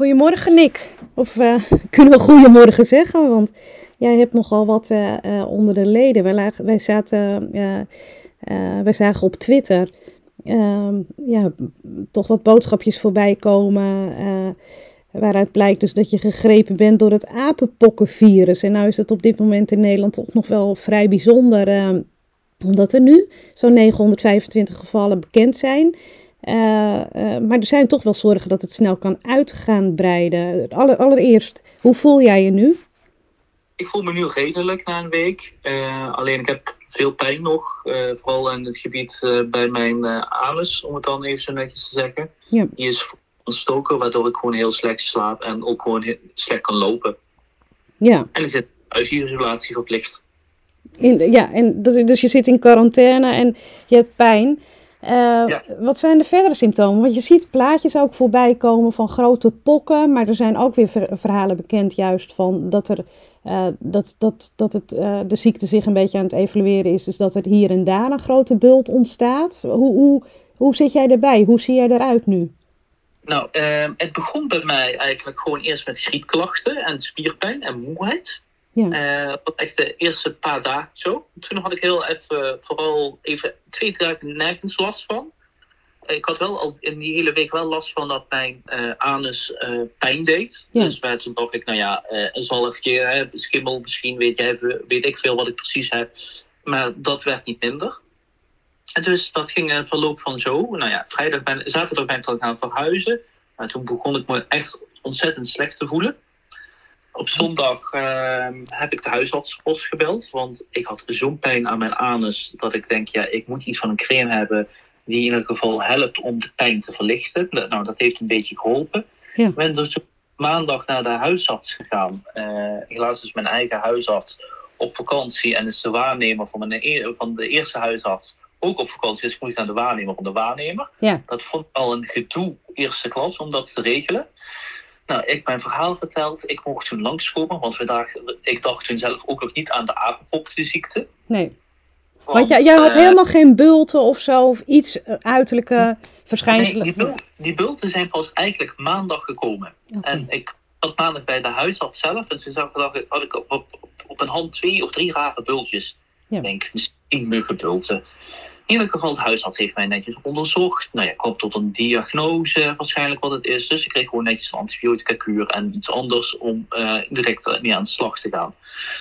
Goedemorgen, Nick. Of kunnen we goedemorgen zeggen? Want jij hebt nogal wat onder de leden. Wij zagen op Twitter toch wat boodschapjes voorbij komen. Waaruit blijkt dus dat je gegrepen bent door het apenpokkenvirus. En nou is het op dit moment in Nederland toch nog wel vrij bijzonder. Omdat er nu zo'n 925 gevallen bekend zijn. Maar er zijn toch wel zorgen dat het snel kan uitgaan breiden. Allereerst, hoe voel jij je nu? Ik voel me nu redelijk na een week. Alleen ik heb veel pijn nog. Vooral in het gebied bij mijn anus, om het dan even zo netjes te zeggen. Ja. Die is ontstoken, waardoor ik gewoon heel slecht slaap en ook gewoon slecht kan lopen. Ja. En ik zit thuisisolatie verplicht. Dus je zit in quarantaine en je hebt pijn. Wat zijn de verdere symptomen? Want je ziet plaatjes ook voorbij komen van grote pokken. Maar er zijn ook weer verhalen bekend juist van dat de ziekte zich een beetje aan het evalueren is. Dus dat er hier en daar een grote bult ontstaat. Hoe zit jij erbij? Hoe zie jij eruit nu? Nou, het begon bij mij eigenlijk gewoon eerst met griepklachten en spierpijn en moeheid. Ja. Dat echt de eerste paar dagen zo. Toen had ik vooral even 2 dagen nergens last van. Ik had wel al in die hele week wel last van dat mijn anus pijn deed. Ja. Dus toen dacht ik, een zalfje, schimmel misschien, weet ik veel wat ik precies heb. Maar dat werd niet minder. En dus dat ging een verloop van zo. Zaterdag ben ik dan gaan verhuizen. Maar toen begon ik me echt ontzettend slecht te voelen. Op zondag heb ik de huisarts gebeld. Want ik had zo'n pijn aan mijn anus dat ik denk, ik moet iets van een crème hebben die in ieder geval helpt om de pijn te verlichten. Nou, dat heeft een beetje geholpen. Ja. Ik ben dus maandag naar de huisarts gegaan. Helaas is mijn eigen huisarts op vakantie en is de waarnemer van de eerste huisarts ook op vakantie. Dus ik moet naar de waarnemer van de waarnemer. Ja. Dat vond ik al een gedoe eerste klas om dat te regelen. Nou, ik mijn verhaal verteld. Ik mocht toen langskomen, want ik dacht toen zelf ook nog niet aan de apenpokkenziekte. Nee. Want jij had helemaal geen bulten of zo, of iets uiterlijke verschijnselen? Nee, die bulten zijn pas eigenlijk maandag gekomen. Okay. En ik zat maandag bij de huisarts zelf en toen had ik op een hand 2 of 3 rare bultjes. Ja. Ik denk, misschien muggenbulten. In ieder geval, de huisarts heeft mij netjes onderzocht. Ik kwam tot een diagnose, waarschijnlijk wat het is. Dus ik kreeg gewoon netjes een antibiotica-kuur en iets anders om direct mee aan de slag te gaan.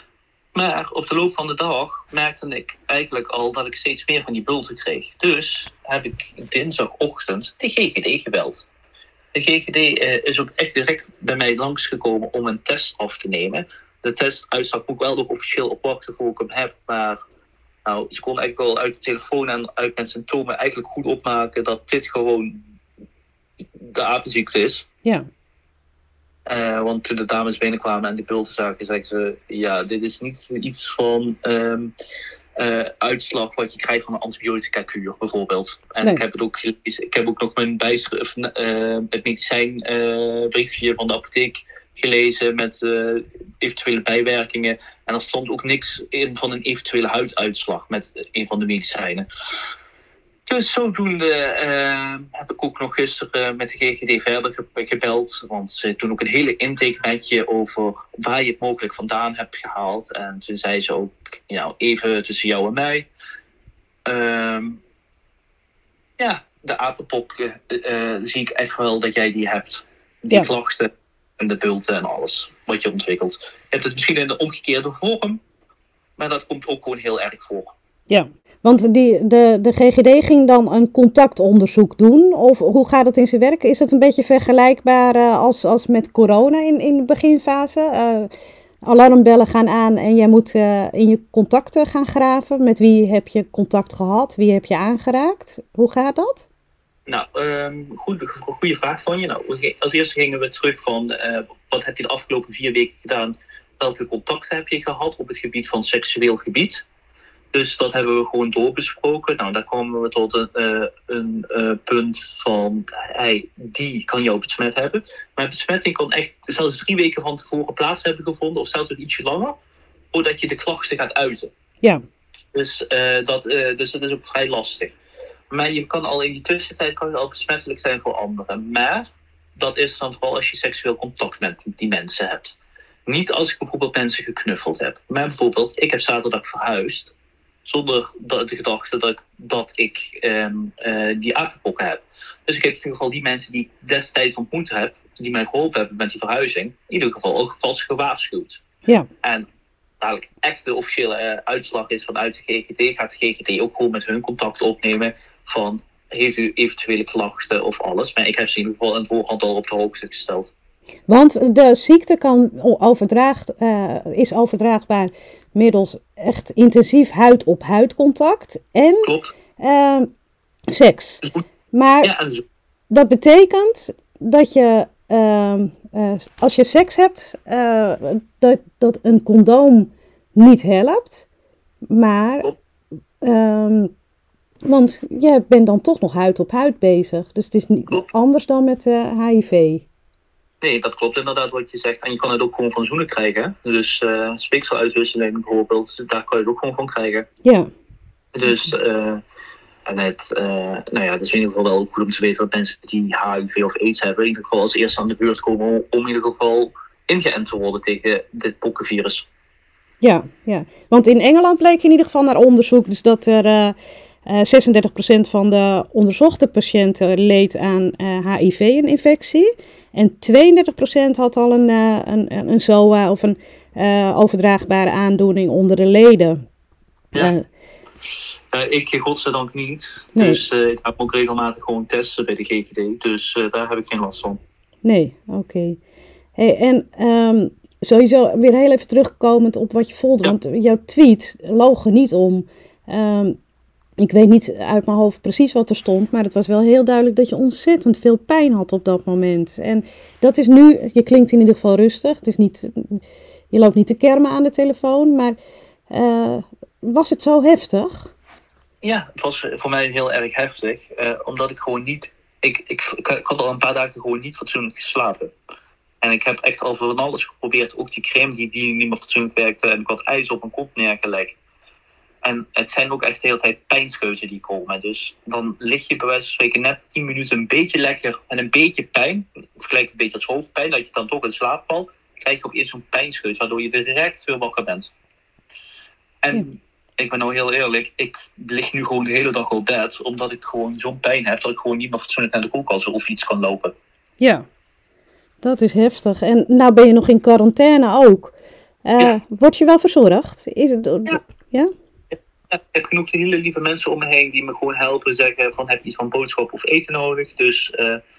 Maar op de loop van de dag merkte ik eigenlijk al dat ik steeds meer van die bulten kreeg. Dus heb ik dinsdagochtend de GGD gebeld. De GGD is ook echt direct bij mij langsgekomen om een test af te nemen. De testuitslag moet ik wel nog officieel op wachten voor ik hem heb, maar ze kon eigenlijk wel uit de telefoon en uit mijn symptomen eigenlijk goed opmaken dat dit gewoon de apenziekte is. Ja. Want toen de dames binnenkwamen en de bulten zagen, zeiden ze, dit is niet iets van uitslag wat je krijgt van een antibiotica-kuur bijvoorbeeld. En nee. Ik heb ook nog het medicijnbriefje van de apotheek gelezen met eventuele bijwerkingen. En er stond ook niks in van een eventuele huiduitslag met een van de medicijnen. Dus zodoende heb ik ook nog gisteren met de GGD verder gebeld. Want ze doen ook een hele intake met je over waar je het mogelijk vandaan hebt gehaald. En toen zei ze ook, even tussen jou en mij. De apenpokken zie ik echt wel dat jij die hebt. Die klachten en de bulten en alles wat je ontwikkelt. Je hebt het misschien in de omgekeerde vorm. Maar dat komt ook gewoon heel erg voor. Ja, want de GGD ging dan een contactonderzoek doen. Of hoe gaat het in zijn werk? Is het een beetje vergelijkbaar als met corona in de beginfase? Alarmbellen gaan aan en jij moet in je contacten gaan graven. Met wie heb je contact gehad? Wie heb je aangeraakt? Hoe gaat dat? Nou, goede vraag van je. Als eerste gingen we terug van wat heb je de afgelopen 4 weken gedaan? Welke contacten heb je gehad op het gebied van seksueel gebied? Dus dat hebben we gewoon doorbesproken. Nou, daar komen we tot een punt van, die kan jou besmet hebben. Maar besmetting kan echt zelfs 3 weken van tevoren plaats hebben gevonden, of zelfs nog ietsje langer, voordat je de klachten gaat uiten. Ja. Dus dat is ook vrij lastig. Maar je kan al in die tussentijd besmettelijk zijn voor anderen. Maar dat is dan vooral als je seksueel contact met die mensen hebt. Niet als ik bijvoorbeeld mensen geknuffeld heb. Maar bijvoorbeeld, ik heb zaterdag verhuisd. Zonder de gedachte dat ik die apenpokken heb. Dus ik heb in ieder geval die mensen die ik destijds ontmoet heb. Die mij geholpen hebben met die verhuizing. In ieder geval ook vast gewaarschuwd. Ja. En dadelijk echt de officiële uitslag is vanuit de GGD. Gaat de GGD ook gewoon met hun contact opnemen. Van, heeft u eventuele klachten of alles. Maar ik heb ze in ieder geval in voorhand al op de hoogte gesteld. Want de ziekte is overdraagbaar middels echt intensief huid-op-huid contact en Klopt. Seks. Maar Ja, en dat betekent dat je, als je seks hebt, dat een condoom niet helpt. Maar, Klopt. want je bent dan toch nog huid-op-huid bezig. Dus het is niet Klopt. anders dan met HIV. Nee, dat klopt inderdaad wat je zegt. En je kan het ook gewoon van zoenen krijgen. Dus speekseluitwisseling bijvoorbeeld, daar kan je het ook gewoon van krijgen. Ja. Dus, het is in ieder geval wel goed om te weten dat mensen die HIV of AIDS hebben, in ieder geval als eerste aan de beurt komen om in ieder geval ingeënt te worden tegen dit pokkenvirus. Ja. Want in Engeland bleek in ieder geval naar onderzoek dus dat er 36% van de onderzochte patiënten leed aan HIV-infectie. En 32% had al een SOA of een overdraagbare aandoening onder de leden. Ja. Ik godzijdank niet. Nee. Dus ik heb ook regelmatig gewoon testen bij de GGD. Dus daar heb ik geen last van. Nee, oké. Hey, en sowieso weer heel even terugkomend op wat je voelde. Ja. Want jouw tweet loog er niet om. Ik weet niet uit mijn hoofd precies wat er stond. Maar het was wel heel duidelijk dat je ontzettend veel pijn had op dat moment. En dat is nu, je klinkt in ieder geval rustig. Het is niet, je loopt niet te kermen aan de telefoon. Maar was het zo heftig? Ja, het was voor mij heel erg heftig. Omdat ik gewoon niet... Ik had al een paar dagen gewoon niet fatsoenlijk geslapen. En ik heb echt al van alles geprobeerd. Ook die crème die niet meer fatsoenlijk werkte. En ik had ijs op mijn kop neergelegd. En het zijn ook echt de hele tijd pijnscheuzen die komen. Dus dan lig je bij wijze van spreken net 10 minuten een beetje lekker en een beetje pijn. Vergelijk een beetje als hoofdpijn, dat je dan toch in slaap valt. Krijg je opeens zo'n pijnscheus, waardoor je direct weer wakker bent. En ik ben nou heel eerlijk, ik lig nu gewoon de hele dag op bed. Omdat ik gewoon zo'n pijn heb dat ik gewoon niet meer fatsoenlijk naar de koelkast of iets kan lopen. Ja, dat is heftig. En nou ben je nog in quarantaine ook. Word je wel verzorgd? Is het... Ja? Ik heb genoeg hele lieve mensen om me heen die me gewoon helpen. Zeggen van, heb je iets van boodschap of eten nodig? Dus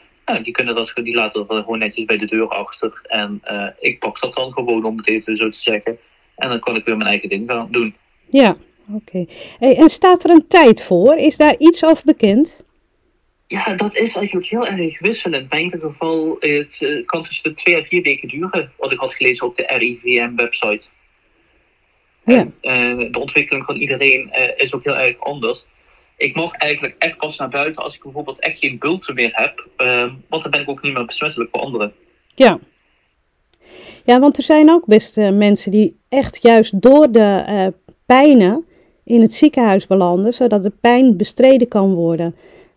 die laten dat gewoon netjes bij de deur achter. En ik pak dat dan gewoon, om het even zo te zeggen. En dan kan ik weer mijn eigen ding gaan doen. Ja, oké. Hey, en staat er een tijd voor? Is daar iets over bekend? Ja, dat is eigenlijk heel erg wisselend. Bij ieder geval, het kan tussen de 2 en 4 weken duren. Wat ik had gelezen op de RIVM-website. Ja. En de ontwikkeling van iedereen is ook heel erg anders. Ik mag eigenlijk echt pas naar buiten als ik bijvoorbeeld echt geen bulten meer heb. Want dan ben ik ook niet meer besmettelijk voor anderen. Ja. Ja, want er zijn ook best mensen die echt juist door de pijnen in het ziekenhuis belanden, zodat de pijn bestreden kan worden.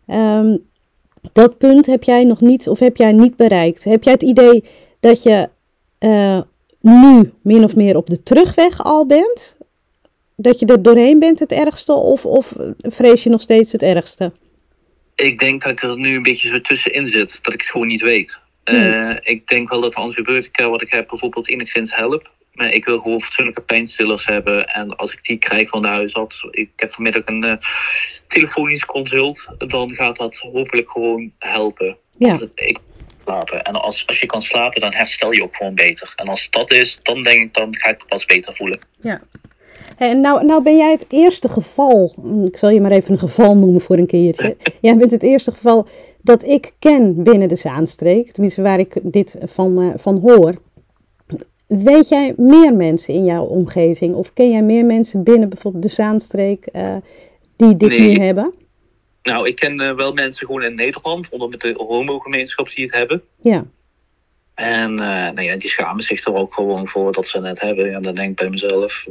Dat punt heb jij nog niet, of heb jij niet bereikt. Heb jij het idee dat je nu min of meer op de terugweg al bent? Dat je er doorheen bent het ergste, of vrees je nog steeds het ergste? Ik denk dat ik er nu een beetje zo tussenin zit, dat ik het gewoon niet weet. Ik denk wel dat de antibiotica wat ik heb bijvoorbeeld enigszins helpt. Maar ik wil gewoon fatsoenlijke pijnstillers hebben. En als ik die krijg van de huisarts, ik heb vanmiddag een telefonisch consult, dan gaat dat hopelijk gewoon helpen. Ja. Ik slapen. En als je kan slapen, dan herstel je ook gewoon beter. En als dat is, dan denk ik, dan ga ik het pas beter voelen. Ja. En nou ben jij het eerste geval, ik zal je maar even een geval noemen voor een keertje. Jij bent het eerste geval dat ik ken binnen de Zaanstreek, tenminste waar ik dit van hoor. Weet jij meer mensen in jouw omgeving of ken jij meer mensen binnen bijvoorbeeld de Zaanstreek die dit nu hebben? Nou, ik ken wel mensen gewoon in Nederland, onder met de homogemeenschap die het hebben. Ja. En die schamen zich er ook gewoon voor dat ze het hebben. Ja, dan denk ik bij mezelf,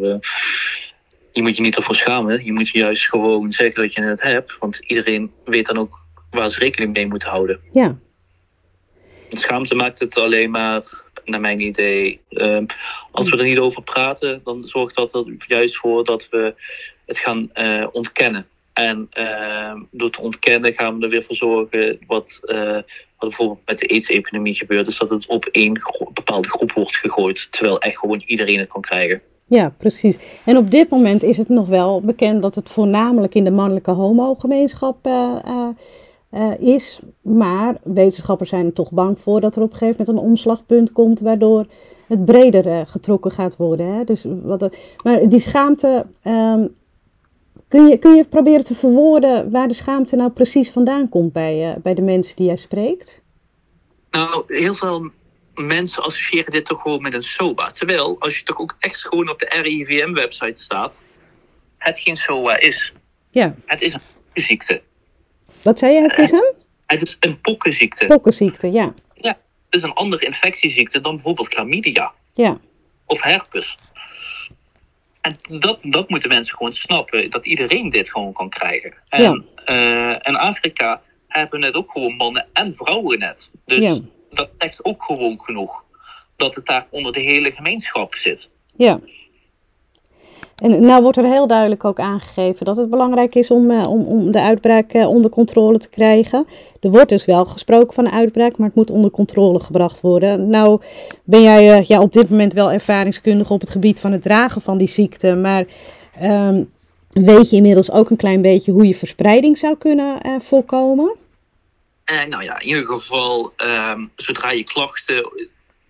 je moet je niet ervoor schamen. Je moet juist gewoon zeggen dat je het hebt. Want iedereen weet dan ook waar ze rekening mee moeten houden. Ja. Schaamte maakt het alleen maar, naar mijn idee, als we er niet over praten, dan zorgt dat er juist voor dat we het gaan ontkennen. En door te ontkennen gaan we er weer voor zorgen wat bijvoorbeeld met de AIDS-epidemie gebeurt. Dus dat het op één bepaalde groep wordt gegooid, terwijl echt gewoon iedereen het kan krijgen. Ja, precies. En op dit moment is het nog wel bekend dat het voornamelijk in de mannelijke homogemeenschap is. Maar wetenschappers zijn er toch bang voor dat er op een gegeven moment een omslagpunt komt, waardoor het breder getrokken gaat worden. Hè? Dus maar die schaamte, kun je proberen te verwoorden waar de schaamte nou precies vandaan komt bij de mensen die jij spreekt? Nou, heel veel mensen associëren dit toch gewoon met een SOA. Terwijl, als je toch ook echt gewoon op de RIVM-website staat, het geen SOA is. Ja. Het is een pokkenziekte. Wat zei je? Het is een pokkenziekte. Pokkenziekte, ja. Ja, het is een andere infectieziekte dan bijvoorbeeld chlamydia. Ja. Of herpes. En dat moeten mensen gewoon snappen, dat iedereen dit gewoon kan krijgen. En in Afrika hebben net ook gewoon mannen en vrouwen net. Dus dat zegt ook gewoon genoeg. Dat het daar onder de hele gemeenschap zit. Ja. En nou wordt er heel duidelijk ook aangegeven dat het belangrijk is om de uitbraak onder controle te krijgen. Er wordt dus wel gesproken van een uitbraak, maar het moet onder controle gebracht worden. Nou ben jij op dit moment wel ervaringskundig op het gebied van het dragen van die ziekte, maar weet je inmiddels ook een klein beetje hoe je verspreiding zou kunnen voorkomen? Nou ja, in ieder geval, zodra je klachten,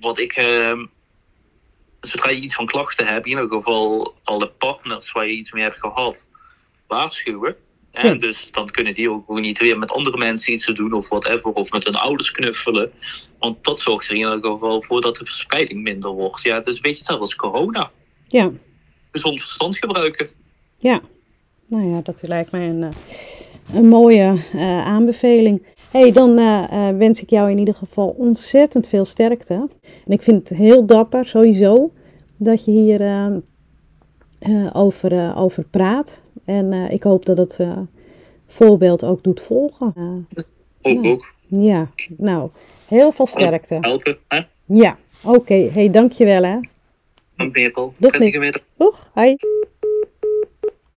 zodra je iets van klachten hebt, in ieder geval alle partners waar je iets mee hebt gehad, waarschuwen. En dus dan kunnen die ook niet weer met andere mensen iets te doen of whatever, of met hun ouders knuffelen. Want dat zorgt er in ieder geval voor dat de verspreiding minder wordt. Ja, het is een beetje hetzelfde als corona. Ja. Gezond verstand gebruiken. Ja, nou ja, dat lijkt mij een mooie aanbeveling. Hey, dan wens ik jou in ieder geval ontzettend veel sterkte. En ik vind het heel dapper, sowieso, dat je hier over praat. En ik hoop dat het voorbeeld ook doet volgen. Ook. Ja, nou, heel veel sterkte. Helpen, hè? Ja, oké. Hey, dankjewel, hè. Dank je wel. Doeg, hoi.